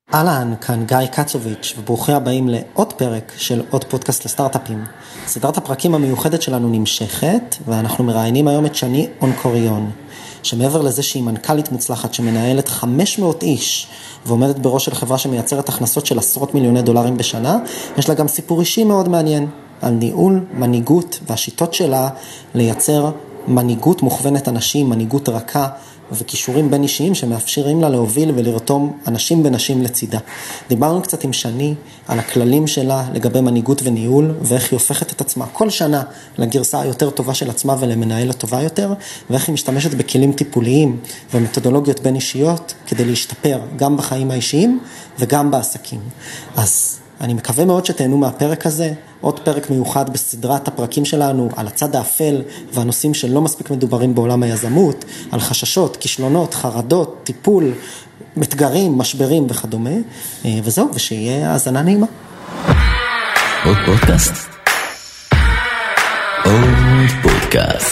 אהלן, כאן גיא קצוביץ' וברוכים הבאים לעוד פרק של עוד פודקאסט לסטארט-אפים. סדרת הפרקים המיוחדת שלנו נמשכת, ואנחנו מראיינים היום את שני אונקוריון, שמעבר לזה שהיא מנכ"לית מוצלחת שמנהלת 500 איש, ועומדת בראש של חברה שמייצרת הכנסות של עשרות מיליוני דולרים בשנה, יש לה גם סיפור אישי מאוד מעניין, על ניהול, מנהיגות והשיטות שלה לייצר מנהיגות מוכוונת אנשים, מנהיגות רכה, וכישורים בין אישיים שמאפשרים לה להוביל ולרתום אנשים ונשים לצידה. דיברנו קצת עם שני על הכללים שלה לגבי מנהיגות וניהול, ואיך היא הופכת את עצמה כל שנה לגרסה היותר טובה של עצמה ולמנהל הטובה יותר, ואיך היא משתמשת בכלים טיפוליים ומתודולוגיות בין אישיות כדי להשתפר גם בחיים האישיים וגם בעסקים. אז אני מקווה מאוד שתהנו מהפרק הזה, עוד פרק מיוחד בסדרת הפרקים שלנו על הצד האפל והנושאים שלא מספיק מדוברים בעולם היזמות, על חששות, כישלונות, חרדות, טיפול, אתגרים, משברים וכדומה, וזהו, ושיהיה האזנה נעימה. עוד פודקאסט? עוד פודקאסט.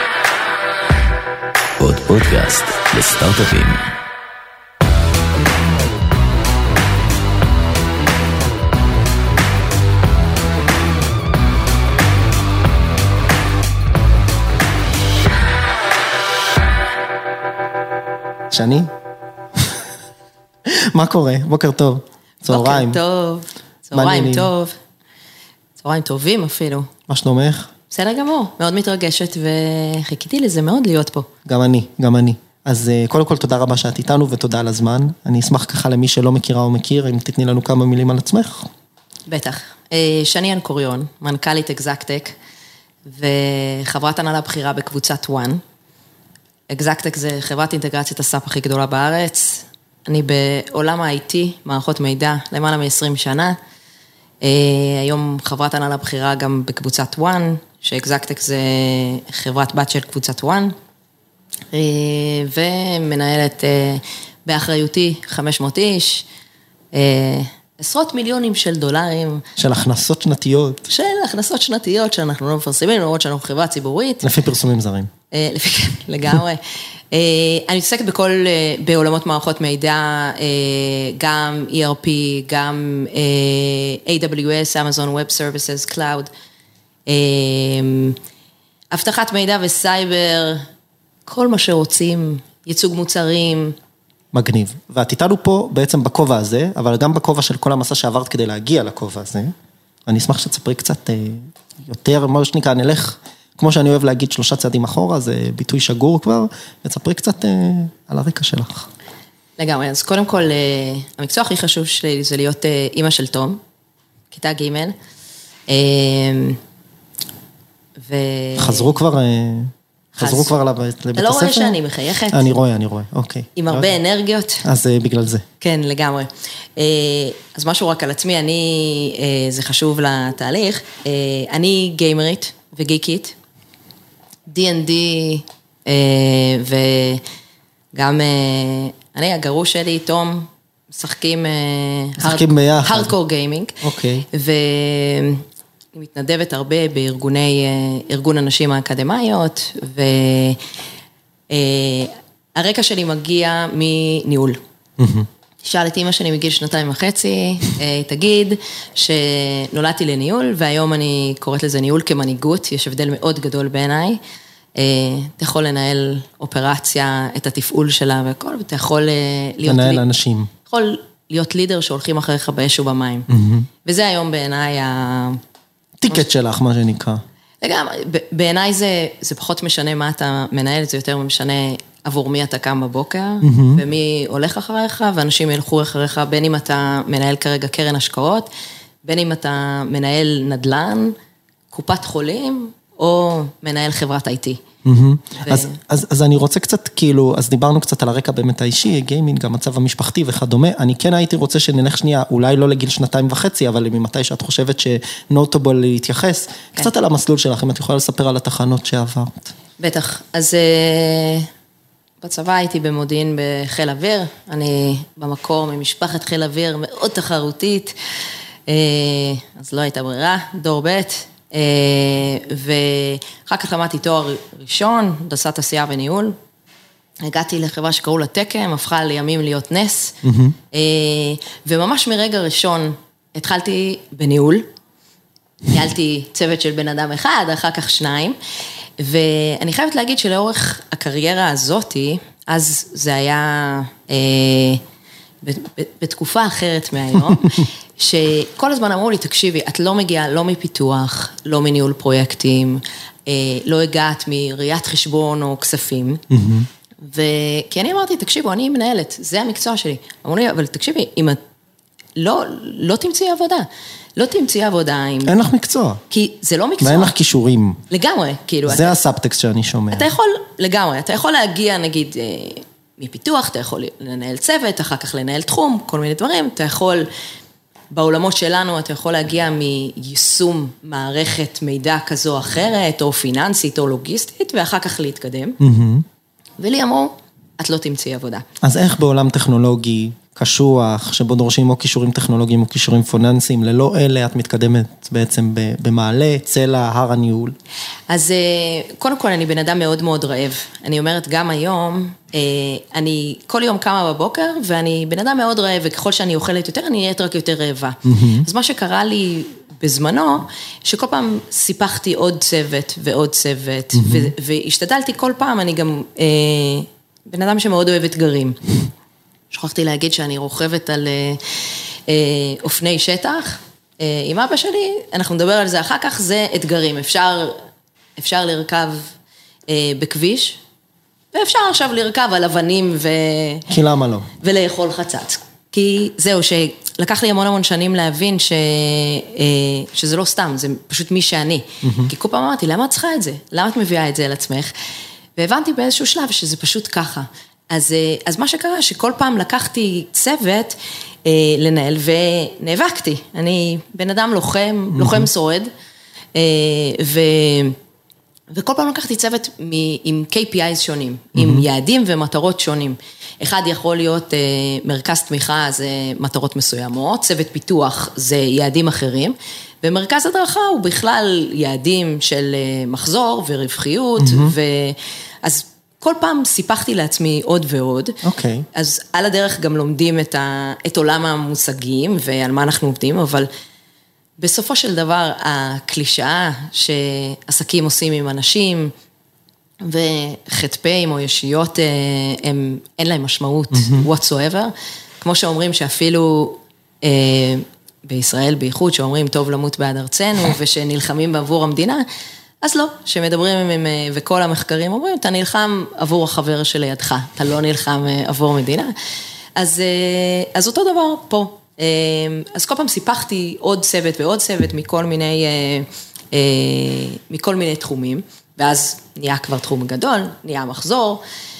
עוד פודקאסט לסטארט-אפים. שני? מה קורה? בוקר טוב. צהריים. בוקר טוב. צהריים טוב. צהריים טובים אפילו. מה שלומך? בסדר גמור. מאוד מתרגשת וחיכיתי לזה מאוד להיות פה. גם אני. אז קודם כל תודה רבה שאת איתנו ותודה על הזמן. אני אשמח ככה למי שלא מכירה או מכיר, אם תתני לנו כמה מילים על עצמך. בטח. שני אונקוריון, מנכ"לית אקזקטק, וחברת הנהלה בכירה בקבוצת וואן. אקזקטק זה חברת אינטגרציית הסאפ הכי גדולה בארץ. אני בעולם ה-IT, מערכות מידע, למעלה מ-20 שנה. היום חברת הנהלה בכירה גם בקבוצת וואן, שאקזקטק זה חברת בת של קבוצת וואן, ומנהלת באחריותי 500 איש, עשרות מיליונים של דולרים. של הכנסות שנתיות. שאנחנו לא מפרסמים, למרות שאנחנו חברה ציבורית. לפי פרסומים זרים. לגמרי. אני מתעסקת בעולמות מערכות מידע, גם ERP, גם AWS, Amazon Web Services, Cloud, אבטחת מידע וסייבר, כל מה שרוצים, ייצוג מוצרים. מגניב. ואת איתנו פה בעצם בכובע הזה, אבל גם בכובע של כל המסע שעברת כדי להגיע לכובע הזה. אני אשמח שתספרי קצת יותר, מה שנקרא, נלך, כמו שאני אוהב להגיד 3 צעדים אחורה, זה ביטוי שגור כבר, ותספרי קצת על הרקע שלך. לגמרי, אז קודם כל, המקצוע הכי חשוב שלי זה להיות אמא של תום, כיתה ג' חזרו כבר לבית הספר? אתה לא רואה שאני מחייכת? אני רואה, אוקיי. עם הרבה אנרגיות. אז בגלל זה. כן, לגמרי. אז משהו רק על עצמי, זה חשוב לתהליך, אני גיימרית וגיקית, D&D, וגם אני, הגרוש שלי, תום, משחקים ביחד. הארדקור גיימינג. אוקיי. ואני מתנדבת הרבה בארגון הנשים האקדמיות, והרקע שלי מגיע מניהול. שאל את אמא שלי מגיל 2.5, תגיד שנולדתי לניהול, והיום אני קוראת לזה ניהול כמנהיגות, יש הבדל מאוד גדול בעיניי, אתה יכול לנהל אופרציה, את התפעול שלה והכל, ואתה יכול להיות... לנהל אנשים. יכול להיות לידר שהולכים אחריך באש ובמים. וזה היום בעיניי טיקט שלך, מה שנקרא. לגמרי, בעיניי זה פחות משנה מה אתה מנהל, זה יותר משנה עבור מי אתה קם בבוקר, ומי הולך אחריך, ואנשים ילכו אחריך, בין אם אתה מנהל כרגע קרן השקעות, בין אם אתה מנהל נדל"ן, קופת חולים, או מנהל חברת IT. אז אני רוצה קצת, כאילו, אז דיברנו קצת על הרקע באמת האישי, גיימינג, המצב המשפחתי וכדומה, אני כן הייתי רוצה שנלך שנייה, אולי לא לגיל 2.5, אבל ממתי שאת חושבת שנוטובול להתייחס, קצת על המסלול שלך, אם את יכולה לספר על התחנות שעברת. בטח, אז בצבא הייתי במודיעין בחיל אוויר, אני במקור ממשפחת חיל אוויר מאוד תחרותית, אז לא הייתה ברירה, דור ב', ואחר כך למדתי תואר ראשון, הנדסת תעשייה וניהול, הגעתי לחברה שקראו לה תקם, הפכה לימים להיות נס, וממש מרגע ראשון התחלתי בניהול, ניהלתי צוות של בן אדם אחד, אחר כך 2, ואני חייבת להגיד שלאורך הקריירה הזאת, אז זה היה בתקופה אחרת מהיום, שכל הזמן אמרו לי, תקשיבי, את לא מגיעה לא מפיתוח, לא מניהול פרויקטים, לא הגעת מראיית חשבון או כספים, כי אני אמרתי, תקשיבו, אני מנהלת, זה המקצוע שלי. אמרו לי, אבל תקשיבי, אם את לא תמצאי עבודה, לא תמצאי עבודה עם... אין לך מקצוע. כי זה לא מקצוע. ואין לך כישורים. לגמרי, כאילו... זה הסאבטקסט שאני שומע. אתה יכול, לגמרי, אתה יכול להגיע, נגיד, מפיתוח, אתה יכול לנהל צוות, אחר כך לנהל תחום, כל מיני דברים, אתה יכול, בעולמות שלנו, אתה יכול להגיע מיישום מערכת מידע כזו או אחרת, או פיננסית או לוגיסטית, ואחר כך להתקדם. ולי אמרו, את לא תמצאי עבודה. אז איך בעולם טכנולוגי קשוח, שבו דורשים או קישורים טכנולוגיים או קישורים פיננסיים, ללא אלה את מתקדמת בעצם במעלה, צלע, הר הניהול? אז קודם כל אני בן אדם מאוד מאוד רעב. אני אומרת גם היום, אני כל יום קמה בבוקר, ואני בן אדם מאוד רעב, וככל שאני אוכלת יותר, אני נהיית רק יותר רעבה. אז מה שקרה לי בזמנו, שכל פעם סיפחתי עוד צוות ועוד צוות, והשתדלתי כל פעם, אני גם בן אדם שמאוד אוהב אתגרים. שכחתי להגיד שאני רוכבת על אופני שטח, עם אבא שלי, אנחנו נדבר על זה אחר כך, זה אתגרים, אפשר לרכב בכביש, ואפשר עכשיו לרכב על אבנים כי למה לא? ולאכול חצץ. כי זהו, שלקח לי המון שנים להבין שזה לא סתם, זה פשוט מי שאני. כי כל פעם אמרתי, למה את צריכה את זה? למה את מביאה את זה על עצמך? והבנתי באיזשהו שלב שזה פשוט ככה. אז מה שקרה, שכל פעם לקחתי צוות לנהל ונאבקתי. אני בן אדם לוחם שורד, וכל פעם לקחתי צוות עם KPIs שונים, עם יעדים ומטרות שונים. אחד יכול להיות מרכז תמיכה, זה מטרות מסוימות, צוות פיתוח זה יעדים אחרים, ומרכז הדרכה הוא בכלל יעדים של מחזור ורווחיות, אז כל פעם סיפחתי לעצמי עוד ועוד, אז על הדרך גם לומדים את עולם המושגים ועל מה אנחנו עובדים, אבל בסופו של דבר הקלישאה שעסקים עושים עם אנשים וחטפים או ישיות, אין להם משמעות whatsoever, כמו שאומרים שאפילו בישראל בייחוד, שאומרים טוב למות בעד ארצנו ושנלחמים בעבור המדינה, אז לא, שמדברים עם, וכל המחקרים אומרים, אתה נלחם עבור החבר שלידך, אתה לא נלחם עבור מדינה. אז אותו דבר פה. אז כל פעם סיפחתי עוד צוות ועוד צוות מכל מיני תחומים, ואז נהיה כבר תחום גדול, נהיה מחזור,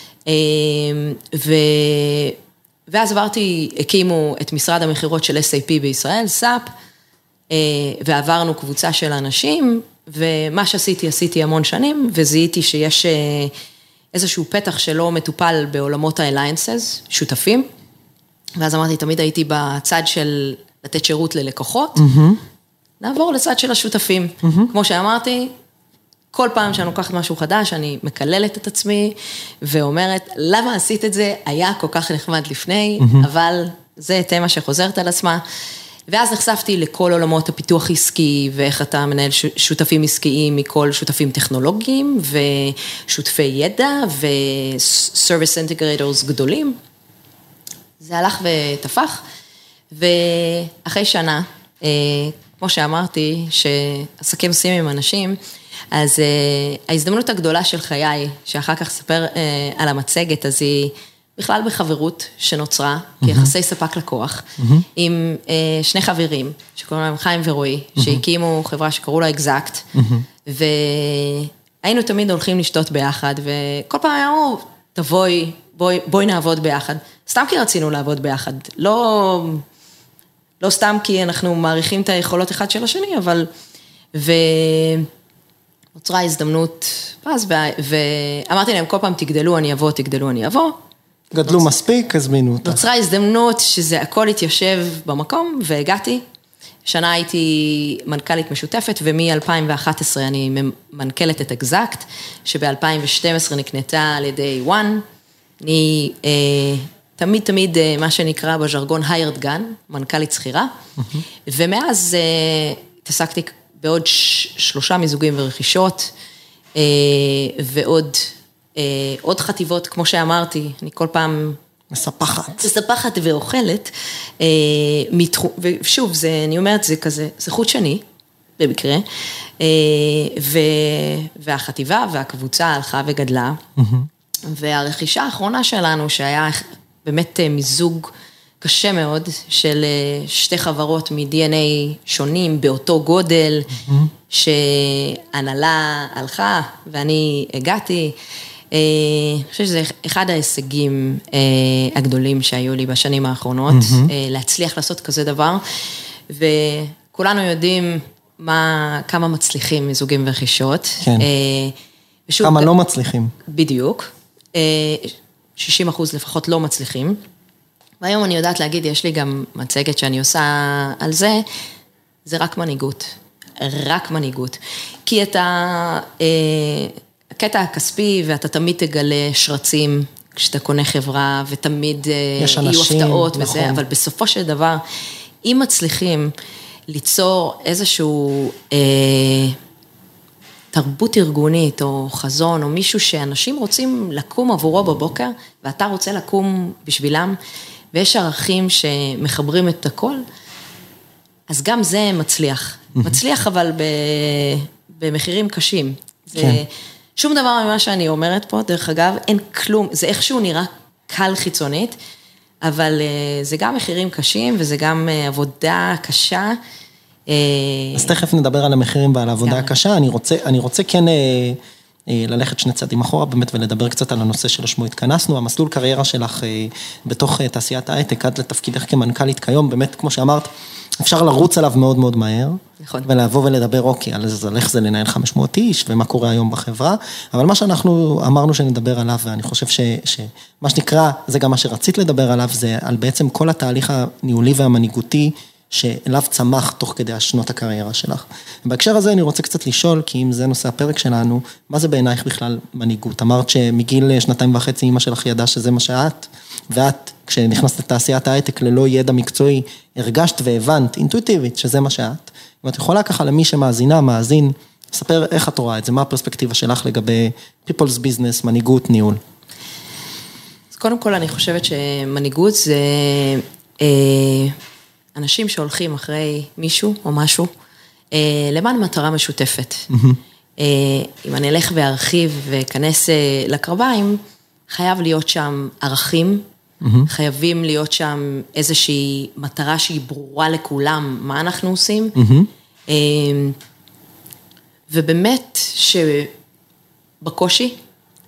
ואז הקימו את משרד המחירות של SAP בישראל, SAP, ועברנו קבוצה של אנשים, ומה שעשיתי המון שנים, וזיהיתי שיש איזשהו פתח שלא מטופל בעולמות ה-alliances, שותפים, ואז אמרתי, תמיד הייתי בצד של לתת שירות ללקוחות, נעבור לצד של השותפים. כמו שאמרתי, כל פעם שאני לוקחת משהו חדש, אני מקללת את עצמי, ואומרת, למה עשית את זה? היה כל כך נחמד לפני, אבל זה תמה שחוזרת על עצמה. ואז נחשפתי לכל עולמות הפיתוח עסקי, ואיך אתה מנהל שותפים עסקיים מכל שותפים טכנולוגיים, ושותפי ידע, ו-service integrators גדולים. זה הלך ותפח, ואחרי שנה, כמו שאמרתי, שעסקים עושים עם אנשים, אז ההזדמנות הגדולה של חיי, שאחר כך ספר על המצגת, אז היא בכלל בחברות שנוצרה, כיחסי ספק לקוח, עם שני חברים, שקוראים להם חיים ורועי, שהקימו חברה שקראו לה אקזקט, והיינו תמיד הולכים לשתות ביחד, וכל פעם אמרו, תבואי, בואי נעבוד ביחד. סתם כי רצינו לעבוד ביחד, לא סתם כי אנחנו מעריכים את היכולות אחד של השני, אבל, ונוצרה הזדמנות, ואמרתי להם, כל פעם תגדלו, אני אבוא, תגדלו, אני אבוא. גדלו מספיק, הזמינו אותך. נוצרה הזדמנות שזה הכל התיישב במקום, והגעתי. שנה הייתי מנכ"לית משותפת, ומ-2011 אני מנכ"לת את אקזקט, שב-2012 נקנתה על ידי One, אני תמיד מה שנקרא בז'רגון hired gun, מנכ"לית שכירה, ומאז התעסקתי בעוד 3 מיזוגים ורכישות, ועוד חטיבות, כמו שאמרתי, אני כל פעם מספחת ואוכלת, ושוב, אני אומרת, זה כזה, זה חוט שני, במקרה, והחטיבה והקבוצה הלכה וגדלה, והרכישה האחרונה שלנו, שהיה באמת מיזוג קשה מאוד, של 2 חברות מ-DNA שונים, באותו גודל, שהנהלה הלכה, ואני הגעתי, אני חושבת שזה אחד ההישגים הגדולים שהיו לי בשנים האחרונות, להצליח לעשות כזה דבר, וכולנו יודעים כמה מצליחים מיזוגים ורכישות. כן. כמה לא מצליחים. בדיוק. 60% לפחות לא מצליחים. והיום אני יודעת להגיד, יש לי גם מצגת שאני עושה על זה, זה רק מנהיגות. רק מנהיגות. כי את הקטע הכספי, ואתה תמיד תגלה שרצים, כשאתה קונה חברה, ותמיד יהיו הפתעות נכון. וזה, אבל בסופו של דבר, אם מצליחים ליצור איזשהו תרבות ארגונית, או חזון, או מישהו שאנשים רוצים לקום עבורו בבוקר, ואתה רוצה לקום בשבילם, ויש ערכים שמחברים את הכל, אז גם זה מצליח. מצליח אבל במחירים קשים. זה שום דבר ממה שאני אומרת פה, דרך אגב, אין כלום, זה איכשהו נראה קל חיצונית, אבל זה גם מחירים קשים, וזה גם עבודה קשה. אז תכף נדבר על המחירים ועל העבודה הקשה, אני רוצה כן ללכת 2 צעדים אחורה באמת ולדבר קצת על הנושא שלשמו התכנסנו, המסלול קריירה שלך בתוך תעשיית ההייטק עד לתפקידך כמנכ"לית כיום, באמת כמו שאמרת, אפשר לרוץ עליו מאוד מאוד מהר, נכון. ולבוא ולדבר אוקיי, על איך זה לנהל 500 איש ומה קורה היום בחברה, אבל מה שאנחנו אמרנו שנדבר עליו, ואני חושב שמה שנקרא, זה גם מה שרצית לדבר עליו, זה על בעצם כל התהליך הניהולי והמנהיגותי, שאליו צמח תוך כדי השנות הקריירה שלך. בהקשר הזה אני רוצה קצת לשאול, כי אם זה נושא הפרק שלנו, מה זה בעינייך בכלל מנהיגות? אמרת שמגיל 2.5 אמא שלך ידעה שזה מה שאת, ואת, כשנכנסת לתעשיית ההייטק ללא ידע מקצועי, הרגשת והבנת אינטואיטיבית שזה מה שאת. ואת יכולה ככה למי שמאזינה, מאזין, לספר איך את רואה את זה, מה הפרספקטיבה שלך לגבי people's business, מנהיגות, ניהול. אז קודם כל אני חושבת שמנהיגות זה אנשים שהולכים אחרי מישהו או משהו, למען מטרה משותפת. אם אני אלך וארחיב וכנס לקרביים, חייב להיות שם ערכים, חייבים להיות שם איזושהי מטרה שהיא ברורה לכולם, מה אנחנו עושים, ובאמת שבקושי,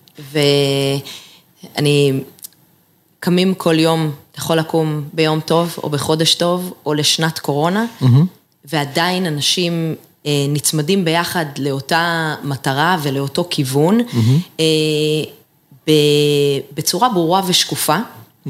ואני קמים כל יום, יכול לקום ביום טוב, או בחודש טוב, או לשנת קורונה, ועדיין אנשים נצמדים ביחד לאותה מטרה ולאותו כיוון, בצורה ברורה ושקופה,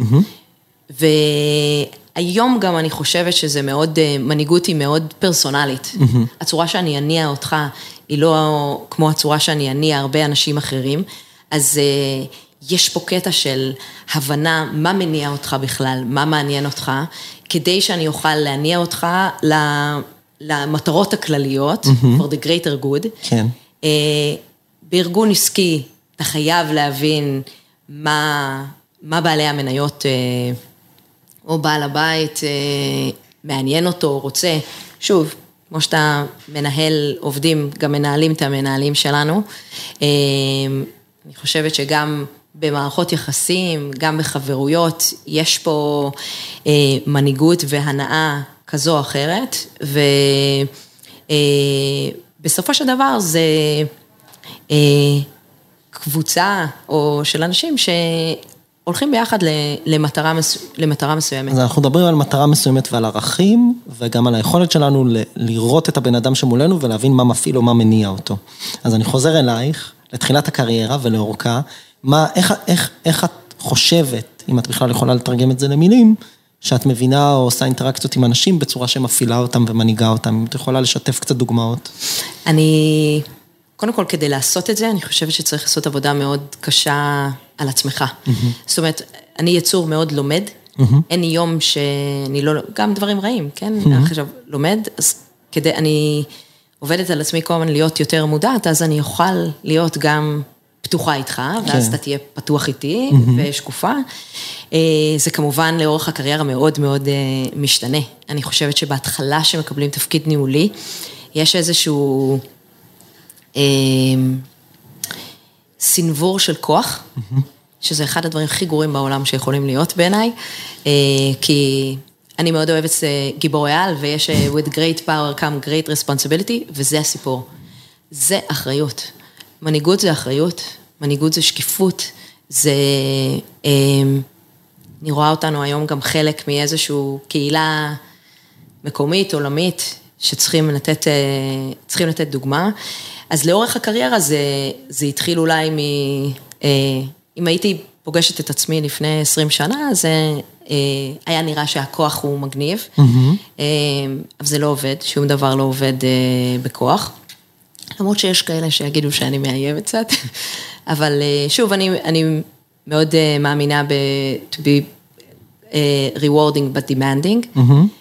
והיום גם אני חושבת שזה מאוד, מנהיגות היא מאוד פרסונלית. הצורה שאני אניע אותך, היא לא כמו הצורה שאני אניע הרבה אנשים אחרים, אז יש פה קטע של הבנה מה מניע אותך בכלל, מה מעניין אותך, כדי שאני אוכל להניע אותך למטרות הכלליות, for the greater good. כן. בארגון עסקי, אתה חייב להבין מה בעלי המניות, או בעל הבית, מעניין אותו, רוצה. שוב, כמו שאתה מנהל עובדים, גם מנהלים את המנהלים שלנו. אני חושבת שגם במערכות יחסים, גם בחברויות, יש פה מנהיגות והנאה כזו או אחרת, ובסופו של דבר זה קבוצה או של אנשים שהולכים ביחד למטרה מסוימת. אז אנחנו מדברים על מטרה מסוימת ועל ערכים, וגם על היכולת שלנו לראות את הבן אדם שמולנו ולהבין מה מפעיל או מה מניע אותו. אז אני חוזר אלייך, לתחילת הקריירה ולאורכה, איך את חושבת, אם את בכלל יכולה לתרגם את זה למילים, שאת מבינה או עושה אינטראקציות עם אנשים בצורה שמפעילה אותם ומנהיגה אותם, אם את יכולה לשתף קצת דוגמאות. אני קודם כל, כדי לעשות את זה, אני חושבת שצריך לעשות עבודה מאוד קשה על עצמך. זאת אומרת, אני יצור מאוד לומד, אין יום שאני לא, גם דברים רעים, כן? עכשיו, לומד, אז אני עובדת על עצמי כל הזמן להיות יותר מודעת, אז אני אוכל להיות גם פתוחה איתך, ואז אתה תהיה פתוח איתי ושקופה. זה כמובן לאורך הקריירה מאוד מאוד משתנה. אני חושבת שבהתחלה שמקבלים תפקיד ניהולי, יש איזשהו סנבור של כוח, שזה אחד הדברים הכי גרועים בעולם שיכולים להיות בעיניי, כי אני מאוד אוהבת גיבורי על, ויש with great power come great responsibility, וזה הסיפור. זה אחריות. מנהיגות זה אחריות, מנהיגות זה שקיפות, זה, אני רואה אותנו היום גם חלק מאיזושהי קהילה מקומית, עולמית, שצריכים לתת דוגמה. אז לאורך הקריירה זה התחיל אולי אם הייתי פוגשת את עצמי לפני 20 שנה, אז היה נראה שהכוח הוא מגניב, אבל זה לא עובד, שום דבר לא עובד בכוח. למרות שיש כאלה שיגידו שאני מאיימת קצת, אבל שוב, אני מאוד מאמינה to be rewarding but demanding,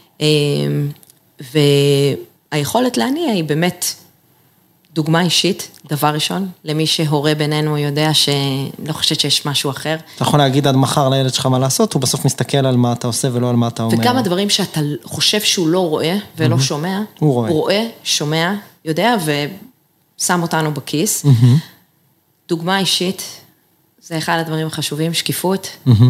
והיכולת להניע היא באמת דוגמה אישית, דבר ראשון, למי שהורה בינינו יודע שלא חושבת שיש משהו אחר. אתה יכול להגיד עד מחר לילד שלך מה לעשות, הוא בסוף מסתכל על מה אתה עושה ולא על מה אתה אומר. וגם הדברים שאתה חושב שהוא לא רואה ולא שומע, הוא רואה, שומע, יודע ושם אותנו בכיס. דוגמה אישית, זה אחד הדברים החשובים, שקיפות.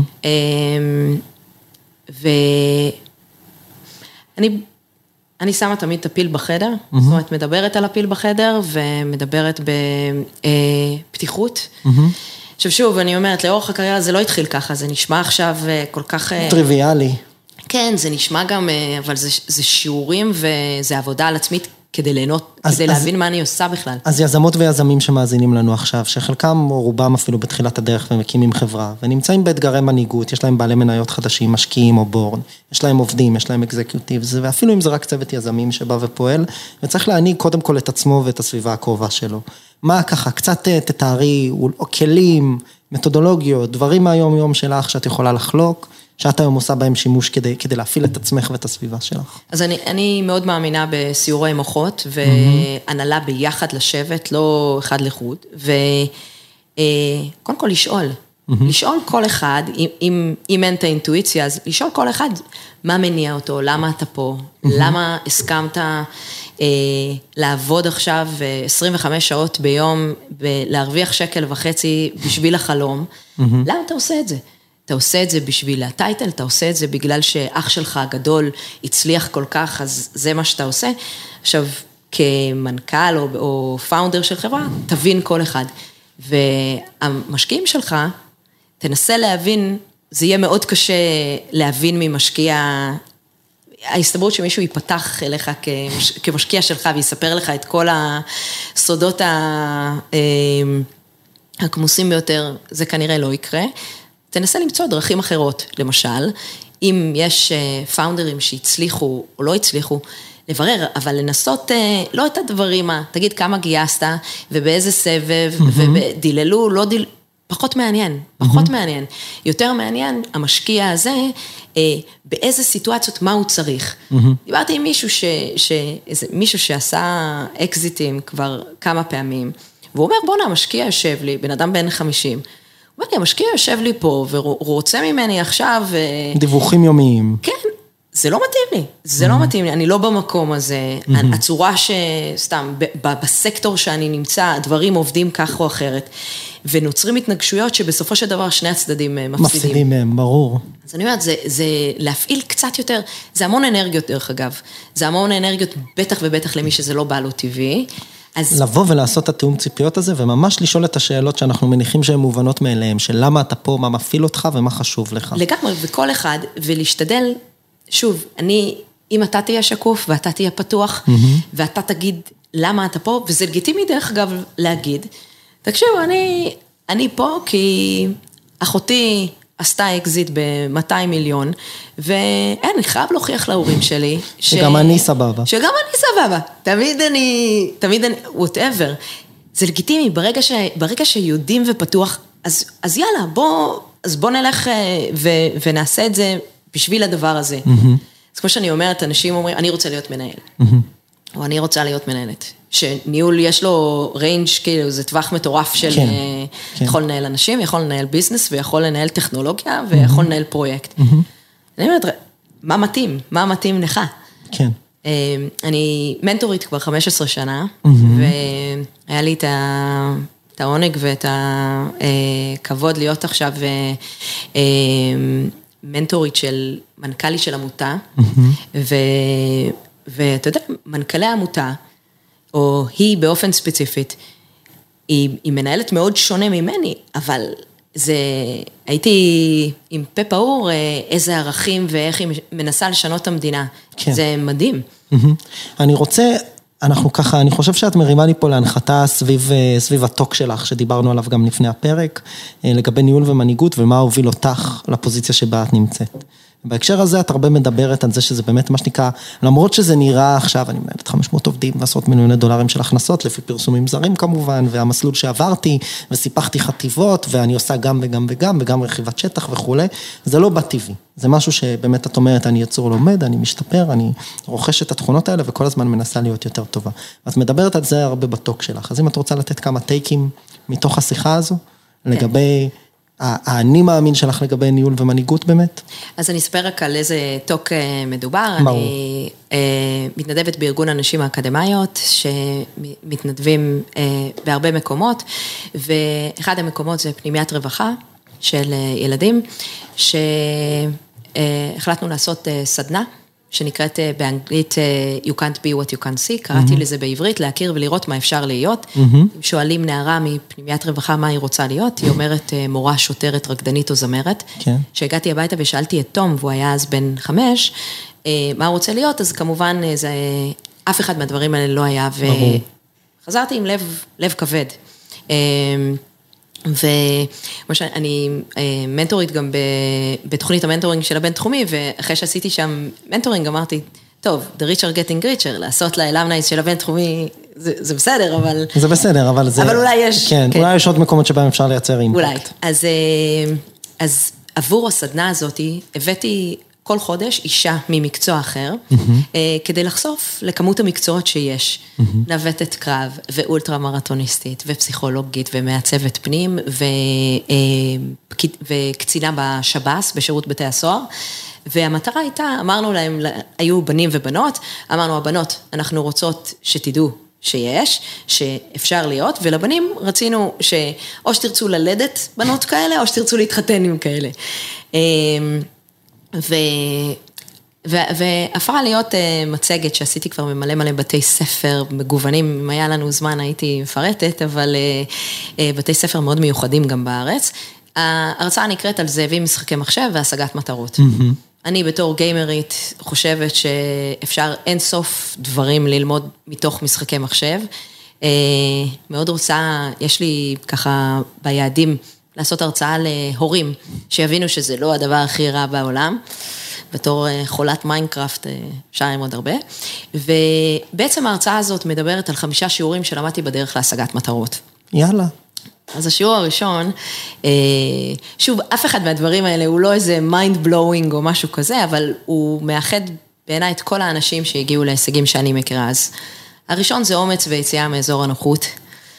אני שמה תמיד את הפיל בחדר, זאת אומרת, מדברת על הפיל בחדר, ומדברת בפתיחות. עכשיו שוב, אני אומרת, לאורך הקריירה זה לא התחיל ככה, זה נשמע עכשיו כל כך טריוויאלי. כן, זה נשמע גם, אבל זה שיעורים, וזה עבודה על עצמית, כדי ליהנות, כדי להבין מה אני עושה בכלל. אז יזמות ויזמים שמאזינים לנו עכשיו, שחלקם או רובם אפילו בתחילת הדרך ומקימים חברה, ונמצאים באתגרי מנהיגות, יש להם בעלי מניות חדשים, משקיעים או בורן, יש להם עובדים, יש להם אקזקיוטיבס, ואפילו אם זה רק צוות יזמים שבא ופועל, וצריך להנהיג קודם כל את עצמו ואת הסביבה הקרובה שלו. מה ככה, קצת תתארי, או כלים, מתודולוגיות, דברים מהיום יום שלך שאת יכולה לחלוק, שאת היום עושה בהם שימוש כדי להפעיל את עצמך ואת הסביבה שלך. אז אני מאוד מאמינה בסיורי מוחות, והנהלה ביחד לשבת, לא אחד לחוד, וקודם כל לשאול. לשאול כל אחד, אם אין את האינטואיציה, אז לשאול כל אחד מה מניע אותו, למה אתה פה, למה הסכמת לעבוד עכשיו 25 שעות ביום, להרוויח 1.5 שקל בשביל החלום, למה אתה עושה את זה? אתה עושה את זה בשביל הטייטל, אתה עושה את זה בגלל שאח שלך הגדול הצליח כל כך, אז זה מה שאתה עושה. עכשיו, כמנכ"ל או פאונדר של חברה, תבין כל אחד. והמשקיעים שלך, תנסה להבין, זה יהיה מאוד קשה להבין ממשקיע, ההסתברות שמישהו ייפתח אליך כמשקיע שלך, ויספר לך את כל הסודות הכמוסים ביותר, זה כנראה לא יקרה. תנסה למצוא דרכים אחרות, למשל, אם יש פאונדרים שהצליחו או לא הצליחו, לברר, אבל לנסות לא את הדברים, תגיד כמה גייסת, ובאיזה סבב, ודיללו, לא דיללו, פחות מעניין, פחות מעניין. יותר מעניין, המשקיע הזה, באיזה סיטואציות, מה הוא צריך. דיברתי עם מישהו שעשה אקזיטים כבר כמה פעמים, והוא אומר, בוא נה, המשקיע יושב לי, בן אדם בן 50, הוא אומר, המשקיע יושב לי פה, ורוצה ממני עכשיו... דיווחים יומיים. כן, זה לא מתאים לי, זה לא מתאים לי, אני לא במקום הזה, הצורה שסתם, בסקטור שאני נמצא, הדברים עובדים כך או אחרת, ונוצרים התנגשויות שבסופו של דבר שני הצדדים מפסידים. מפסידים מהם, ברור. אז אני אומרת, זה להפעיל קצת יותר, זה המון אנרגיות דרך אגב, זה המון אנרגיות בטח ובטח למי שזה לא בא לו טבעי, לבוא ולעשות את התיאום ציפיות הזה, וממש לשאול את השאלות שאנחנו מניחים שהן מובנות מאליהם, של למה אתה פה, מה מפעיל אותך ומה חשוב לך. לגמרי, וכל אחד, ולהשתדל, שוב, אם אתה תהיה שקוף, ואתה תהיה פתוח, ואתה תגיד למה אתה פה, וזה לגיטימי דרך אגב להגיד, תקשיבו, אני פה כי אחותי עשתה אקזיט ב-200 מיליון, ואין, אני חייב להוכיח להורים שלי, שגם אני סבבה. שגם אני סבבה. תמיד אני, whatever. זה לגיטימי, ברגע שיודעים ופתוח, אז יאללה, בוא נלך ונעשה את זה בשביל הדבר הזה. אז כמו שאני אומרת, אנשים אומרים, אני רוצה להיות מנהל. או אני רוצה להיות מנהלת. שניהול יש לו ריינג' כאילו, זה טווח מטורף של, יכול לנהל אנשים, יכול לנהל ביזנס, ויכול לנהל טכנולוגיה, ויכול לנהל פרויקט. אני אומרת, מה מתאים? מה מתאים לך? כן. אני מנטורית כבר 15 שנה, והיה לי את העונג ואת הכבוד להיות עכשיו מנטורית של מנכ"לית של עמותה, ואתה יודע, מנכ"לי העמותה, או היא באופן ספציפית, היא מנהלת מאוד שונה ממני, אבל הייתי עם פה פעור איזה ערכים ואיך היא מנסה לשנות את המדינה. כן. זה מדהים. אני רוצה, אני חושב שאת מרימה לי פה להנחתה סביב הטוק שלך, שדיברנו עליו גם לפני הפרק, לגבי ניהול ומנהיגות, ומה הוביל אותך לפוזיציה שבה את נמצאת. בהקשר הזה את הרבה מדברת על זה שזה באמת מה שנקרא, למרות שזה נראה עכשיו, אני מנהלת 500 עובדים ועשרות מיליוני דולרים של הכנסות, לפי פרסומים זרים כמובן, והמסלול שעברתי, וסיפחתי חטיבות, ואני עושה גם וגם וגם, וגם רכיבת שטח וכו'. זה לא בטבעי. זה משהו שבאמת את אומרת, אני יצור לומד, אני משתפר, אני רוכש את התכונות האלה, וכל הזמן מנסה להיות יותר טובה. את מדברת על זה הרבה בטוק שלך. אז אם את רוצה לתת כמה טייקים מתוך השיחה הזו, לגבי האני מאמין שלך לגבי ניהול ומנהיגות באמת? אז אני אספר רק על איזה טוק מדובר. אני מתנדבת בארגון הנשים האקדמיות, שמתנדבים בהרבה מקומות, ואחד המקומות זה פנימיית רווחה של ילדים, שהחלטנו לעשות סדנה, שנקראת באנגלית You can't be what you can't see, קראתי לזה בעברית, להכיר ולראות מה אפשר להיות. שואלים נערה מפנימיית רווחה מה היא רוצה להיות, היא אומרת מורה, שוטרת, רקדנית או זמרת. שהגעתי הביתה ושאלתי את תום, והוא היה אז בן 5, מה הוא רוצה להיות, אז כמובן אף אחד מהדברים האלה לא היה, וחזרתי עם לב כבד. ואני מנטורית גם בתוכנית המנטורינג של הבן תחומי, ואחרי שעשיתי שם מנטורינג אמרתי, טוב, the rich are getting richer, לעשות לאלמנייס של הבן תחומי, זה בסדר, אבל... זה בסדר, אבל זה... אבל אולי יש... כן, אולי יש עוד מקומות שבהם אפשר לייצר אימפקט. אולי. אז עבור הסדנה הזאת, הבאתי כל חודש אישה ממקצוע אחר, כדי לחשוף לכמות המקצועות שיש, נווטת קרב ואולטרה מרתוניסטית ופסיכולוגית ומעצבת פנים וקצינה בשב"ס, בשירות בתי הסוהר, והמטרה הייתה, אמרנו להם, היו בנים ובנות, אמרנו הבנות, אנחנו רוצות שתדעו שיש, שאפשר להיות, ולבנים רצינו שאו שתרצו ללדת בנות כאלה, או שתרצו להתחתן עם כאלה. והפכה להיות מצגת שעשיתי כבר מלא בתי ספר מגוונים, אם היה לנו זמן הייתי מפרטת, אבל בתי ספר מאוד מיוחדים גם בארץ. ההרצאה נקראת על זאבים משחקי מחשב והשגת מטרות. אני בתור גיימרית חושבת שאפשר אין סוף דברים ללמוד מתוך משחקי מחשב. מאוד רוצה, יש לי ככה ביעדים לעשות הרצאה להורים, שיבינו שזה לא הדבר הכי רע בעולם, בתור חולת מיינקראפט, אפשר ללמוד הרבה, ובעצם ההרצאה הזאת מדברת על 5 שיעורים שלמדתי בדרך להשגת מטרות. יאללה. אז השיעור הראשון, שוב, אף אחד מהדברים האלה הוא לא איזה mind blowing או משהו כזה, אבל הוא מאחד בעיניי את כל האנשים שהגיעו להישגים שאני מכירה. אז הראשון זה אומץ ויציאה מאזור הנוחות,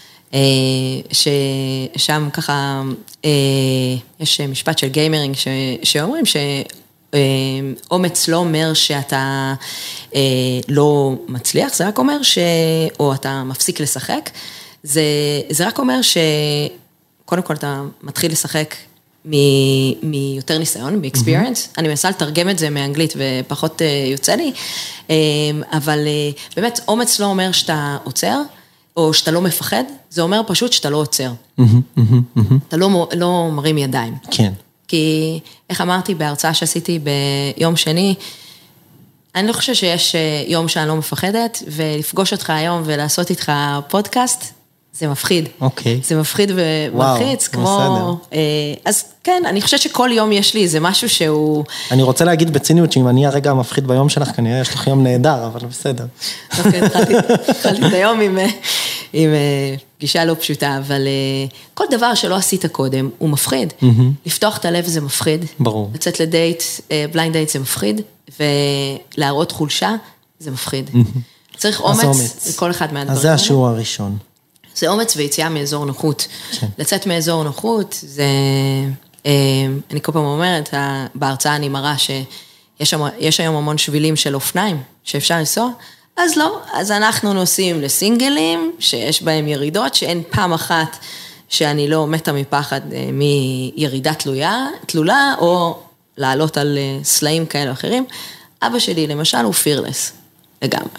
ששם ככה, יש משפט של גיימרינג שאומרים שאומץ לא אומר שאתה לא מצליח, זה רק אומר או אתה מפסיק לשחק, זה רק אומר שקודם כל אתה מתחיל לשחק מיותר ניסיון, מ-experience, אני מנסה לתרגם את זה מאנגלית ופחות יוצא לי, אבל באמת אומץ לא אומר שאתה עוצר, או שאתה לא מפחד, זה אומר פשוט שאתה לא עוצר. אתה לא מרים ידיים. כן. כי, איך אמרתי בהרצאה שעשיתי ביום שני, אני לא חושב שיש יום שאני לא מפחדת, ולפגוש אותך היום ולעשות איתך פודקאסט, זה מפחיד. אוקיי. זה מפחיד ומלחיץ, כמו... אז כן, אני חושבת שכל יום יש לי איזה משהו שהוא... אני רוצה להגיד בציניות שאם אני הרגע מפחיד ביום שלך, כנראה יש לך יום נהדר, אבל בסדר. אוקיי, התחלתי את היום עם גישה לא פשוטה, אבל כל דבר שלא עשית קודם, הוא מפחיד. לפתוח את הלב זה מפחיד. ברור. לצאת לדייט, בליינד דייט זה מפחיד, ולהראות חולשה זה מפחיד. צריך אומץ לכל אחד מהדברים. אז זה השיעור הראשון. זה אומץ ויציאה מאזור נוחות. לצאת מאזור נוחות, זה, אני כל פעם אומרת, בהרצאה אני מראה שיש היום המון שבילים של אופניים שאפשר לנסוע, אז לא, אז אנחנו נוסעים לסינגלים, שיש בהם ירידות, שאין פעם אחת שאני לא מתה מפחד מירידה תלולה, או לעלות על סלעים כאלה אחרים. אבא שלי, למשל, הוא פירלס, לגמרי.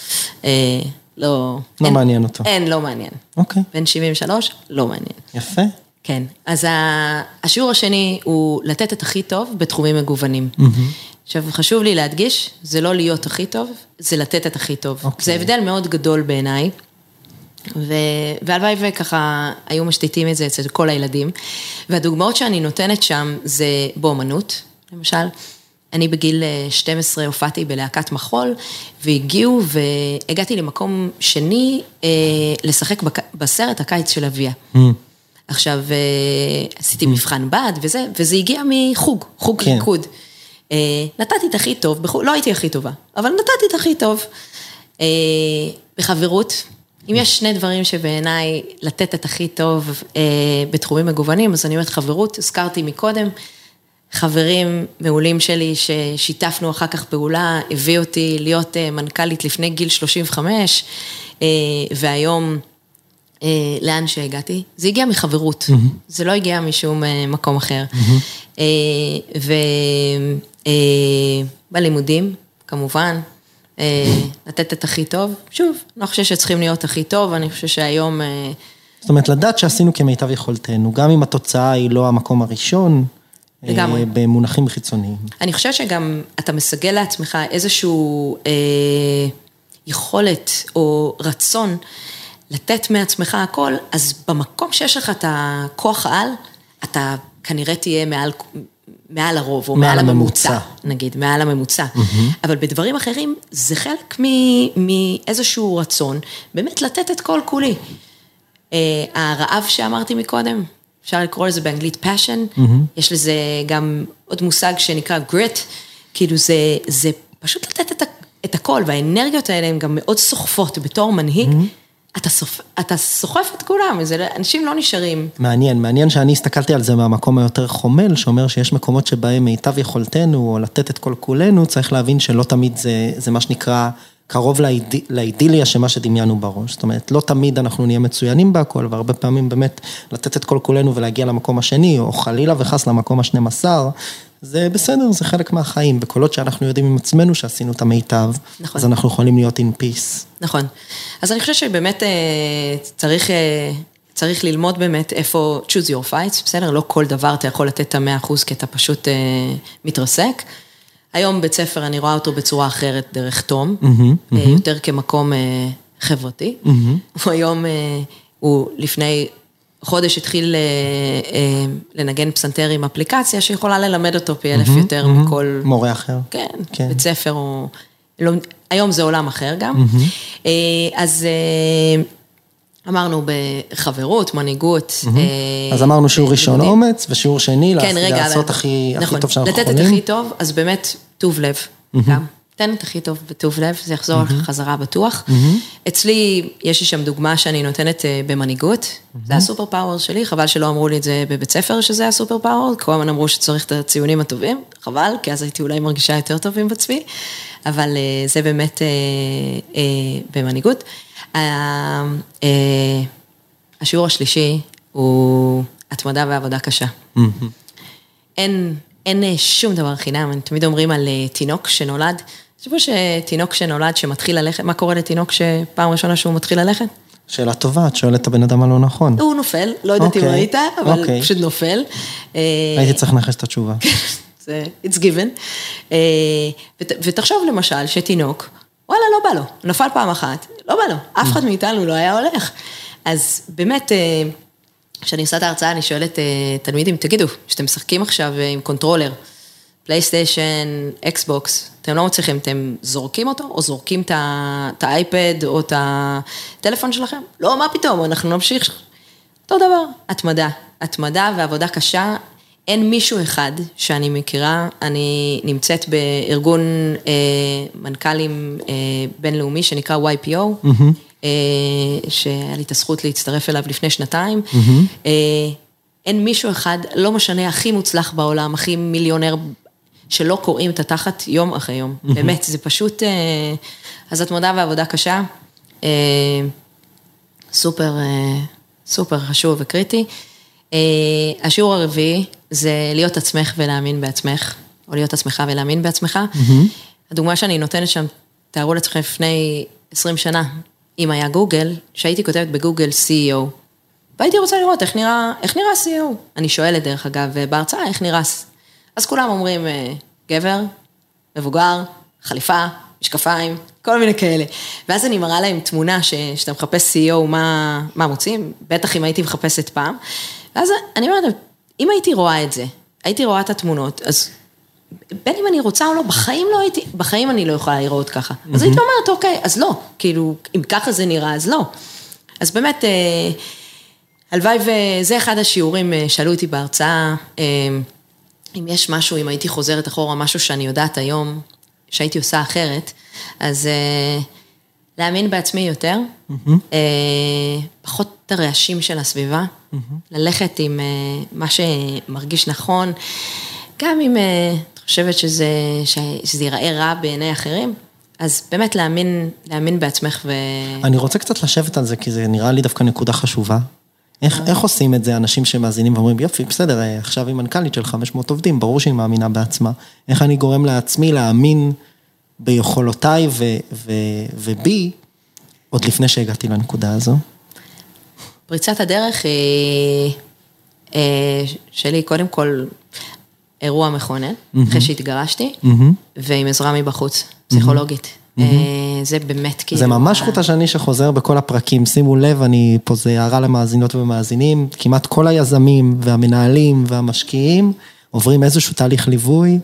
לא מעניין אותו. לא מעניין. אוקיי. בן 73, לא מעניין. יפה. כן, אז השיעור השני הוא לתת את הכי טוב בתחומים מגוונים. עכשיו, חשוב לי להדגיש, זה לא להיות הכי טוב, זה לתת את הכי טוב. זה הבדל מאוד גדול בעיניי, והלוואי וככה היו משתיתים את זה אצל כל הילדים, והדוגמאות שאני נותנת שם זה באומנות, למשל, אני בגיל 12 הופעתי בלהקת מחול, והגיעו והגעתי למקום שני לשחק בסרט הקיץ של אביה. עכשיו, עשיתי מבחן בד וזה הגיע מחוג, חוג ריקוד. נתתי את הכי טוב, לא הייתי הכי טובה, אבל נתתי את הכי טוב. בחברות, אם יש שני דברים שבעיניי לתת את הכי טוב בתחומים מגוונים, אז אני אומרת חברות, הזכרתי מקודם, חברים מעולים שלי ששיתפנו אחר כך פעולה, הביא אותי להיות מנכ"לית לפני גיל 35, והיום לאן שהגעתי, זה הגיע מחברות, זה לא הגיע משום מקום אחר. ובלימודים, כמובן, לתת את הכי טוב, שוב, אני חושב שצריכים להיות הכי טוב, אני חושב שהיום... זאת אומרת, לדעת שעשינו כמיטב יכולתנו, גם אם התוצאה היא לא המקום הראשון, לגמרי. במונחים חיצוניים. אני חושבת שגם אתה מסגל לעצמך איזשהו יכולת או רצון לתת מעצמך הכל, אז במקום שיש לך את הכוח העל, אתה כנראה תהיה מעל הרוב, או מעל הממוצע, נגיד, מעל הממוצע. אבל בדברים אחרים, זה חלק מאיזשהו רצון, באמת לתת את כל כולי. הרעב שאמרתי מקודם, אפשר לקרוא לזה באנגלית passion, יש לזה גם עוד מושג שנקרא grit, כאילו זה פשוט לתת את הכל, והאנרגיות האלה הן גם מאוד סוחפות, בתור מנהיג, אתה סוחף את כולם, אנשים לא נשארים. מעניין שאני הסתכלתי על זה מהמקום היותר חומל, שאומר שיש מקומות שבהם מיטב יכולתנו, או לתת את כל כולנו, צריך להבין שלא תמיד זה מה שנקרא קרוב לאידיליה שמה שדמיינו בראש. זאת אומרת, לא תמיד אנחנו נהיה מצוינים בהכל, והרבה פעמים באמת לתת את כל כולנו ולהגיע למקום השני, או חלילה וחס למקום ה-12, זה בסדר, זה חלק מהחיים, בקולות שאנחנו יודעים עם עצמנו שעשינו את המיטב, נכון. אז אנחנו יכולים להיות in peace. נכון. אז אני חושבת שבאמת צריך ללמוד באמת איפה choose your fights, בסדר? לא כל דבר אתה יכול לתת את 100%, כי אתה פשוט מתרסק. היום בית ספר אני רואה אותו בצורה אחרת דרך תום, יותר כמקום חברתי. היום הוא לפני חודש התחיל לנגן פסנתר עם אפליקציה שיכולה ללמד אותו פי 1000 יותר מכל... מורה אחר. כן, בית ספר או... היום זה עולם אחר גם. אז אמרנו בחברות, מנהיגות. אז אמרנו שיעור ראשון אומץ, ושיעור שני לעשות הכי טוב שאנחנו יכולים. לתת את הכי טוב, אז באמת טוב לב גם. תן את הכי טוב בטוב לב, זה יחזור לך חזרה בטוח. אצלי, יש לי שם דוגמה שאני נותנת במנהיגות, זה הסופר פאוור שלי, חבל שלא אמרו לי את זה בבית ספר, שזה הסופר פאוור, כל הזמן אמרו שצריך את הציונים הטובים, חבל, כי אז הייתי אולי מרגישה יותר טובים בעצמי, אבל זה באמת במנהיגות. השיעור השלישי הוא התמדה ועבודה קשה. אין שום דבר חינם, הם תמיד אומרים על תינוק שנולד, תשמעו שתינוק שנולד שמתחיל ללכת, מה קורה לתינוק שפעם ראשונה שהוא מתחיל ללכת? שאלה טובה, את שואלת את הבן אדם הלא נכון. הוא נופל, לא יודעת אם ראית, אבל פשוט נופל. הייתי צריך לנחש את התשובה. It's given. ותחשוב למשל שתינוק, וואלה לא בא לו, נפל פעם אחת, לא בא לו, אף אחד מאיתנו לא היה הולך. אז באמת... כשאני עושה את ההרצאה, אני שואלת תלמידים, תגידו, שאתם משחקים עכשיו עם קונטרולר, פלייסטיישן, אקסבוקס, אתם לא מצליחים, אתם זורקים אותו, או זורקים את האייפד, או את הטלפון שלכם? לא, מה פתאום, אנחנו נמשיך. אותו דבר, התמדה ועבודה קשה, אין מישהו אחד שאני מכירה, אני נמצאת בארגון מנכ"לים בינלאומי שנקרא YPO, שהיה לי את הזכות להצטרף אליו לפני 2 אין מישהו אחד, לא משנה, הכי מוצלח בעולם, הכי מיליונר, שלא קוראים את התחת יום אחרי יום. באמת, זה פשוט, אז התמדה ועבודה קשה, סופר חשוב וקריטי. השיעור הרביעי זה להיות עצמך ולהאמין בעצמך, או להיות עצמך ולהאמין בעצמך. הדוגמה שאני נותנת שם, תארו לעצמכם לפני 20 שנה, אם היה גוגל, שהייתי כותבת בגוגל CEO, והייתי רוצה לראות איך נראה CEO. אני שואלת דרך אגב, בהרצאה איך נראה. אז כולם אומרים, גבר, מבוגר, חליפה, משקפיים, כל מיני כאלה. ואז אני מראה להם תמונה שאתה מחפש CEO, מה מוצאים? בטח אם הייתי מחפשת פעם. ואז אני אומרת, אם הייתי רואה את זה, הייתי רואה את התמונות, אז בין אם אני רוצה או לא, בחיים אני לא יכולה לראות ככה. אז הייתי אומרת, אוקיי, אז לא. כאילו, אם ככה זה נראה, אז לא. אז באמת, הלוואי וזה אחד השיעורים, שאלו אותי בהרצאה, אם יש משהו, אם הייתי חוזרת אחורה, משהו שאני יודעת היום, שהייתי עושה אחרת, אז להאמין בעצמי יותר, פחות את הרעשים של הסביבה, ללכת עם מה שמרגיש נכון, גם אם את חושבת שזה ייראה רע בעיני אחרים, אז באמת להאמין בעצמך. אני רוצה קצת לשבת על זה, כי זה נראה לי דווקא נקודה חשובה. איך עושים את זה אנשים שמאזינים ואומרים, יופי, בסדר, עכשיו היא מנכ"לית של 500 עובדים, ברור שהיא מאמינה בעצמה. איך אני גורם לעצמי להאמין ביכולותיי ובי, עוד לפני שהגעתי לנקודה הזו? פריצת הדרך שלי, קודם כל, אירוע מכונן, אחרי שהתגרשתי, ועם עזרה מבחוץ, פסיכולוגית. זה באמת כאילו... זה ממש חוט השני שחוזר בכל הפרקים, שימו לב, פה זה הערה למאזינות ומאזינים, כמעט כל היזמים והמנהלים והמשקיעים עוברים איזשהו תהליך ליווי,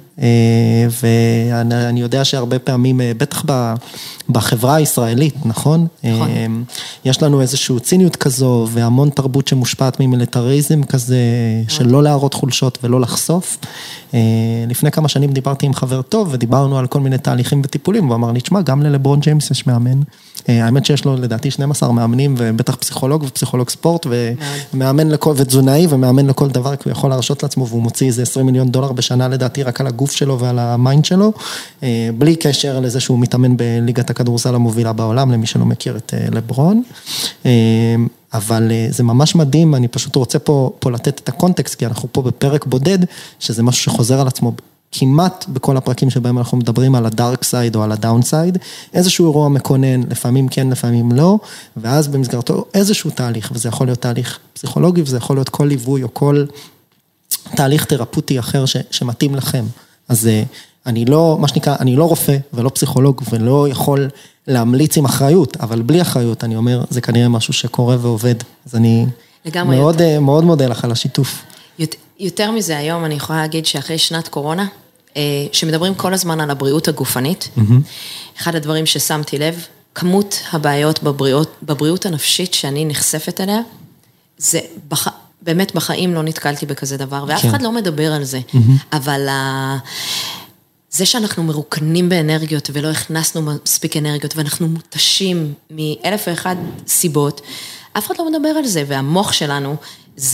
ואני יודע שהרבה פעמים, בטח בחברה הישראלית, נכון? יש לנו איזשהו ציניות כזו, והמון תרבות שמושפעת ממיליטריזם כזה, של לא להראות חולשות ולא לחשוף. לפני כמה שנים דיברתי עם חבר טוב, ודיברנו על כל מיני תהליכים וטיפולים, והוא אמר לי, תשמע, גם ללברון ג'יימס יש מאמן. האמת שיש לו לדעתי 12 מאמנים, ובטח פסיכולוג ופסיכולוג ספורט, ומאמן ותזונאי, ומאמן לכל דבר, כי הוא יכול להרשות לעצמו, והוא מוציא איזה $20 מיליון בשנה לדעתי, רק על הגוף שלו ועל המיינד שלו, בלי קשר לזה שהוא מתאמן בליגת הכדורסל המובילה בעולם, למי שלא מכיר את לברון. אבל זה ממש מדהים, אני פשוט רוצה פה לתת את הקונטקסט, כי אנחנו פה בפרק בודד, שזה משהו שחוזר על עצמו כמעט בכל הפרקים שבהם אנחנו מדברים על הדארק סייד או על הדאון סייד, איזשהו אירוע מקונן, לפעמים כן, לפעמים לא, ואז במסגרתו איזשהו תהליך, וזה יכול להיות תהליך פסיכולוגי, וזה יכול להיות כל ליווי או כל תהליך תרפוטי אחר שמתאים לכם. אז אני לא, מה שנקרא, אני לא רופא ולא פסיכולוג, ולא יכול להמליץ עם אחריות, אבל בלי אחריות, אני אומר, זה כנראה משהו שקורה ועובד. אז אני מאוד מודה לך על השיתוף. יותר מזה היום, אני יכולה להגיד שאחרי שנת קורונה, שמדברים כל הזמן על הבריאות הגופנית, אחד הדברים ששמתי לב, כמות הבעיות בבריאות הנפשית שאני נחשפת אליה, זה באמת בחיים לא נתקלתי בכזה דבר, ואף אחד לא מדבר על זה, אבל זה שאנחנו מרוקנים באנרגיות, ולא הכנסנו מספיק אנרגיות, ואנחנו מותשים מאלף ואחד סיבות, אף אחד לא מדבר על זה, והמוח שלנו, זה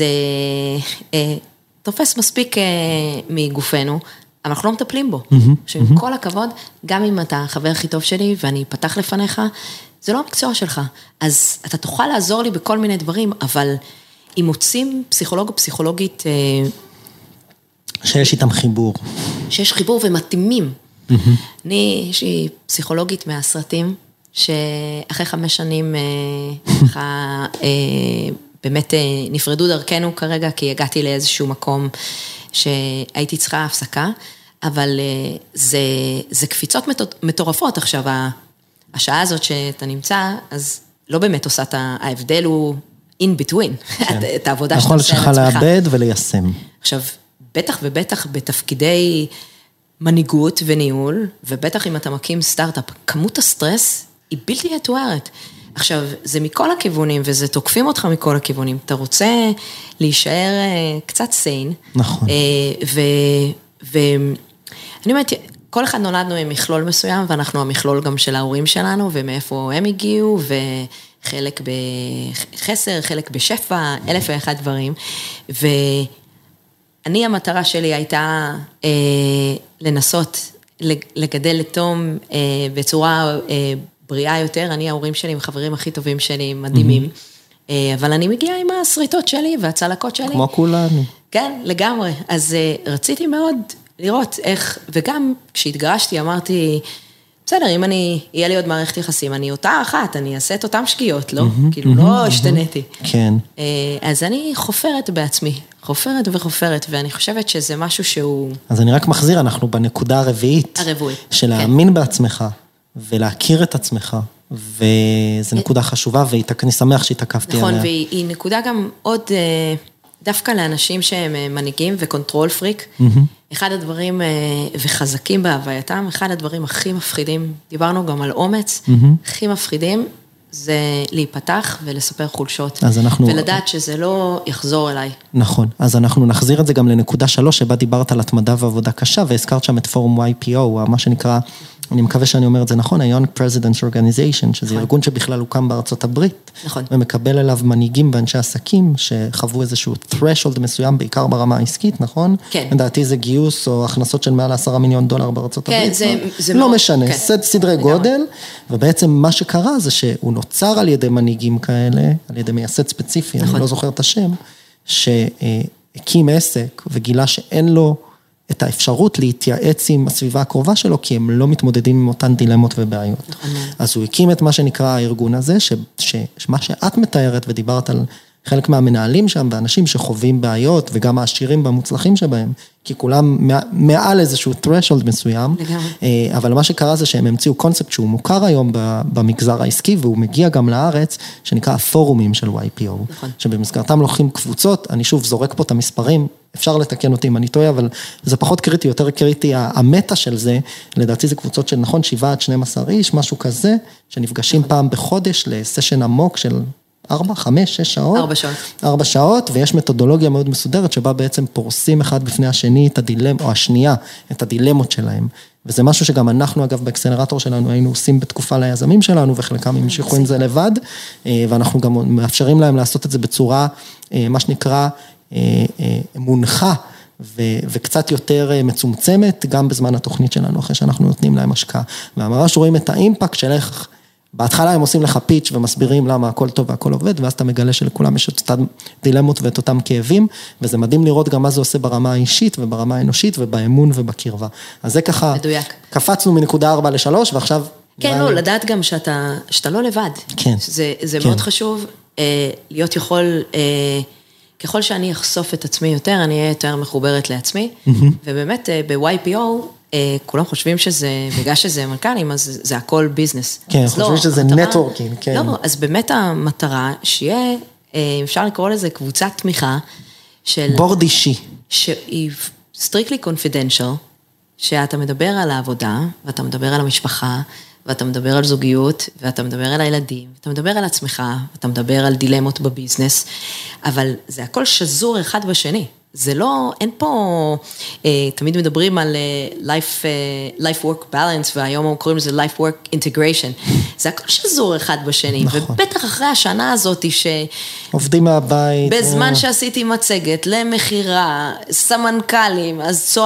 תופס מספיק מגופנו, אבל אנחנו לא מטפלים בו. שעם כל הכבוד, גם אם אתה החבר הכי טוב שלי, ואני פתח לפניך, זה לא המקצוע שלך. אז אתה תוכל לעזור לי בכל מיני דברים, אבל אם מוצאים פסיכולוג או פסיכולוגית, שיש איתם חיבור. שיש חיבור ומתאימים. יש לי פסיכולוגית מהסרטים, שאחרי 5 שנים, באמת נפרדו דרכנו כרגע, כי הגעתי לאיזשהו מקום שהייתי צריכה הפסקה, אבל זה קפיצות מטורפות. עכשיו, השעה הזאת שאתה נמצא, אז לא באמת עושה את ההבדל, הוא in between, את העבודה שאתה עושה על עצמך. יכול שלך לאבד וליישם. עכשיו, בטח ובטח בתפקידי מנהיגות וניהול, ובטח אם אתה מקים סטארט-אפ, כמות הסטרס היא בלתי יתוארת. עכשיו, זה מכל הכיוונים, וזה תוקפים אותך מכל הכיוונים. אתה רוצה להישאר קצת סיין. נכון. ואני אומרת, כל אחד נולדנו עם מכלול מסוים, ואנחנו המכלול גם של ההורים שלנו, ומאיפה הם הגיעו, וחלק בחסר, חלק בשפע, 1,001 דברים. ואני, המטרה שלי הייתה לנסות לגדל לתום בצורה בריאה יותר. אני, ההורים שלי, הם חברים הכי טובים שלי, מדהימים. אבל אני מגיעה עם הסריטות שלי והצלקות שלי. כמו כולנו. כן, לגמרי. אז רציתי מאוד לראות איך, וגם כשהתגרשתי אמרתי, בסדר, אם יהיה לי עוד מערכת יחסים, אני אותה אחת, אני אעשה את אותם שגיאות, לא? כאילו לא השתניתי. כן. אז אני חופרת בעצמי, חופרת וחופרת, ואני חושבת שזה משהו שהוא... אז אני רק מחזיר, אנחנו בנקודה הרביעית. הרביעית. של להאמין בעצמך, ולהכיר את עצמך, וזו נקודה חשובה, ואני שמח שהתעכבתי עליה. נכון, והיא נקודה גם עוד... דווקא לאנשים שהם מנהיגים וקונטרול פריק, אחד הדברים וחזקים בהווייתם, אחד הדברים הכי מפחידים, דיברנו גם על אומץ, הכי מפחידים, זה להיפתח ולספר חולשות, ולדעת שזה לא יחזור אליי. נכון, אז אנחנו נחזיר את זה גם לנקודה 3, שבה דיברת על התמדה ועבודה קשה, והזכרת שם את פורום YPO, מה שנקרא, אני מקווה שאני אומר את זה נכון, ה-Young Presidents Organization, שזה ארגון שבכלל הוקם בארצות הברית, ומקבל אליו מנהיגים ואנשי עסקים, שחוו איזשהו threshold מסוים, בעיקר ברמה העסקית, נכון? כן. לדעתי זה גיוס או הכנסות של מעל $10 מיליון בארצות הברית. זה לא משנה, סדרי גודל, ובעצם מה שקרה זה שהוא נוצר על ידי מנהיגים כאלה, על ידי מייסד ספציפי, אני לא זוכר את השם, שהקים עסק וגילה שאין לו את האפשרות להתייעץ עם הסביבה הקרובה שלו, כי הם לא מתמודדים עם אותן דילמות ובעיות. אז הוא הקים את מה שנקרא הארגון הזה, שמה שאת מתארת ודיברת על חלק מהמנהלים שם, ואנשים שחווים בעיות, וגם העשירים והמוצלחים שבהם, כי כולם מעל איזשהו threshold מסוים, אבל מה שקרה זה שהם המציאו קונספט שהוא מוכר היום במגזר העסקי, והוא מגיע גם לארץ, שנקרא הפורומים של YPO, שבמסגרתם לוקחים קבוצות, אני שוב זורק פה את המספרים, אפשר לתקן אותי אם אני טועה, אבל זה פחות קריטי, יותר קריטי, המטה של זה, לדעתי זה קבוצות של נכון, 7 עד 12 איש, משהו כזה, שנפגשים פעם בחודש לסשן עמוק של 4, 5, 6 שעות. 4 שעות. 4 שעות, ויש מתודולוגיה מאוד מסודרת, שבה בעצם פורסים אחד בפני השני את הדילמה, או השנייה, את הדילמות שלהם. וזה משהו שגם אנחנו, אגב, באקסלרטור שלנו, היינו עושים בתקופה ליזמים שלנו, וחלקם המשיכו עם זה לבד, ואנחנו גם מאפשרים להם לעשות את זה בצורה, מה שנקרא, מונחה, וקצת יותר מצומצמת, גם בזמן התוכנית שלנו, אחרי שאנחנו נותנים להם השקעה. וממש רואים את האימפקט של איך, בהתחלה הם עושים לך פיץ' ומסבירים למה הכל טוב והכל עובד, ואז אתה מגלה שלכולם יש את אותם דילמות ואת אותם כאבים, וזה מדהים לראות גם מה זה עושה ברמה האישית וברמה האנושית ובאמון ובקרבה. אז זה ככה, מדויק. קפצנו מנקודה 4 ל-3, ועכשיו... כן, לא, לדעת גם שאתה לא לבד. כן. זה מאוד חשוב להיות יכול... ככל שאני אחשוף את עצמי יותר, אני אהיה יותר מחוברת לעצמי, ובאמת ב-YPO, כולם חושבים שזה, בגלל שזה מנכ"לים, אז זה הכל ביזנס. כן, חושבים שזה נטוורקינג, כן. לא, אז באמת המטרה, שיהיה, אפשר לקרוא לזה קבוצת תמיכה, של... בורד אישי. שהיא strictly confidential, שאתה מדבר על העבודה, ואתה מדבר על המשפחה, ואתה מדבר על זוגיות, ואתה מדבר על הילדים, ואתה מדבר על עצמך, ואתה מדבר על דילמות בביזנס, אבל זה הכל שזור אחד בשני. זה לא, אין פה, תמיד מדברים על life work balance, והיום קוראים לזה life work integration. זה הכל שזור אחד בשני, ובטח אחרי השנה הזאת עובדים מהבית. בזמן שעשיתי מצגת למחירה, סמנכלים, אז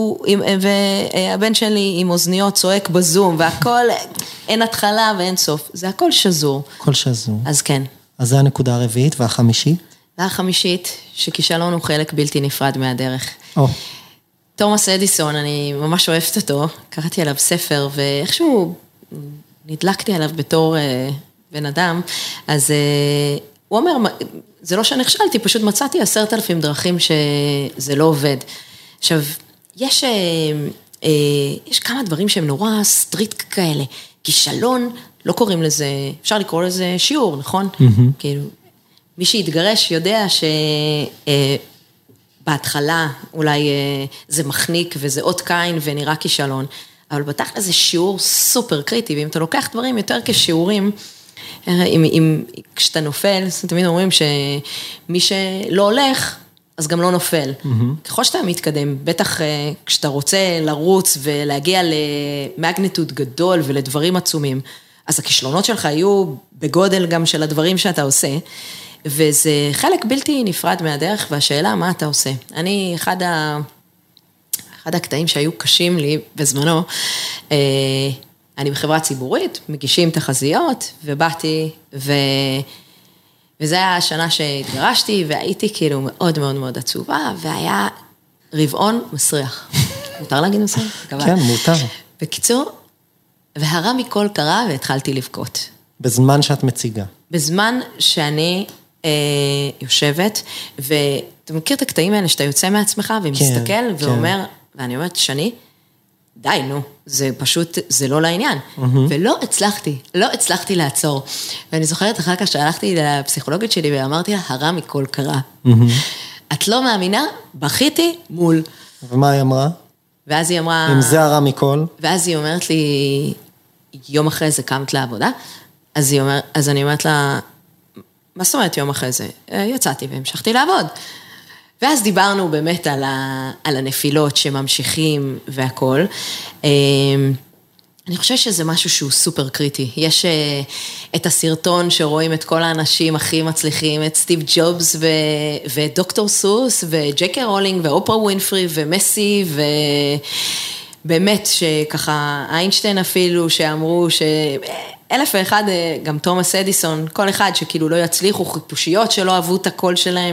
והבן שלי עם אוזניות צועק בזום, והכל, אין התחלה ואין סוף. זה הכל שזור. הכל שזור. אז כן. אז זה הנקודה הרביעית והחמישית. והחמישית, שכישלון הוא חלק בלתי נפרד מהדרך. תומאס אדיסון, אני ממש אוהבת אותו, קראתי עליו ספר, ואיכשהו נדלקתי עליו בתור בן אדם, אז הוא אומר, זה לא שנכשלתי, פשוט מצאתי 10,000 דרכים שזה לא עובד. עכשיו, יש כמה דברים שהם נורא סטריט כאלה, כישלון, לא קוראים לזה, אפשר לקרוא לזה שיעור, נכון? כאילו, מי שהתגרש יודע בהתחלה אולי זה מחניק וזה עוד קין ונראה כישלון, אבל בתכל'ס זה שיעור סופר קריטי, ואם אתה לוקח דברים יותר כשיעורים, כשאתה נופל, תמיד אומרים שמי שלא הולך, אז גם לא נופל. ככל שאתה מתקדם, בטח כשאתה רוצה לרוץ ולהגיע למגניטוד גדול ולדברים עצומים, אז הכישלונות שלך יהיו בגודל גם של הדברים שאתה עושה, וזה חלק בלתי נפרד מהדרך, והשאלה מה אתה עושה. אני, אחד הקטעים שהיו קשים לי בזמנו, אני בחברה ציבורית, מגישים תחזיות, ובאתי, וזה היה השנה שהתגרשתי, והייתי כאילו מאוד מאוד מאוד עצובה, והיה רבעון מסריח. מותר להגיד מסריח? כן, מותר. בקיצור, והרע מכל קרה, והתחלתי לבכות. בזמן שאת מציגה. בזמן שאני יושבת, ואתה מכיר את הקטעים האלה, שאתה יוצא מעצמך, ומסתכל, ואומר, ואני אומרת, שני, די, נו, זה פשוט, זה לא לעניין. ולא הצלחתי לעצור. ואני זוכרת אחר כך שהלכתי לפסיכולוגית שלי, ואמרתי לה, הרע מכל קרה. את לא מאמינה? בכיתי מול. ומה היא אמרה? ואז היא אמרה... אם זה הרע מכל? ואז היא אומרת לי, יום אחרי זה קמת לעבודה, אז אני אומרת לה, מה זאת אומרת יום אחרי זה? יצאתי והמשכתי לעבוד. ואז דיברנו באמת על הנפילות שממשיכים והכל. אני חושבת שזה משהו שהוא סופר קריטי. יש את הסרטון שרואים את כל האנשים הכי מצליחים, את סטיב ג'ובס ודוקטור סוס וג'קי רולינג ואופרה ווינפרי ומסי ובאמת שככה איינשטיין אפילו שאמרו אלף ואחד, גם תומאס אדיסון, כל אחד שכאילו לא יצליחו, חיפושיות שלא אהבו את הקול שלהם,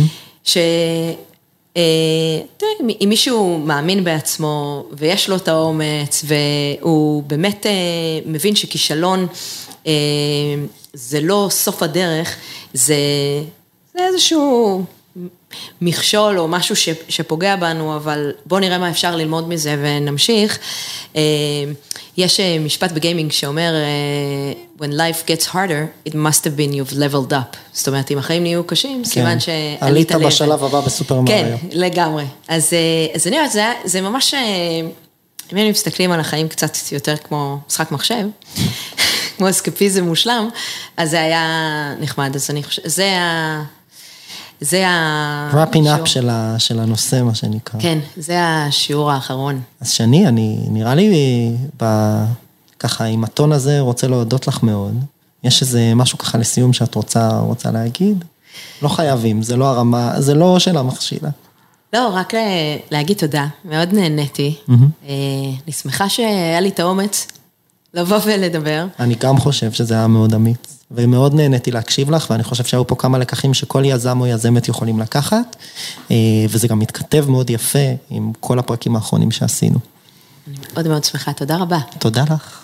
אם מישהו מאמין בעצמו, ויש לו את האומץ, והוא באמת מבין שכישלון זה לא סוף הדרך, זה איזשהו מכשול או משהו שפוגע בנו, אבל בוא נראה מה אפשר ללמוד מזה ונמשיך. יש משפט בגיימינג שאומר, when life gets harder, it must have been you've leveled up. זאת אומרת, אם החיים נהיו קשים, סימן שעלית עלית בשלב הבא בסופר מריו. כן, לגמרי. אז אני אומרת, זה ממש, אם היינו מסתכלים על החיים קצת יותר כמו משחק מחשב, כמו אסקפיזם מושלם, אז זה היה נחמד. אז אני חושבת, זה wrapping up של הנושא, מה שנקרא. כן, זה השיעור האחרון. אז שני, אני נראה לי ככה, עם הטון הזה רוצה להודות לך מאוד. יש איזה משהו ככה לסיום שאת רוצה להגיד? לא חייבים, זה לא הרמה, זה לא שאלה מכשילה. לא, רק להגיד תודה, מאוד נהניתי. אני שמחה שהיה לי את האומץ לבוא ולדבר. אני גם חושב שזה היה מאוד אמיץ. ומאוד נהניתי להקשיב לך, ואני חושב שהיו פה כמה לקחים שכל יזם או יזמת יכולים לקחת, וזה גם מתכתב מאוד יפה עם כל הפרקים האחרונים שעשינו. אני מאוד מאוד שמחה, תודה רבה. תודה לך.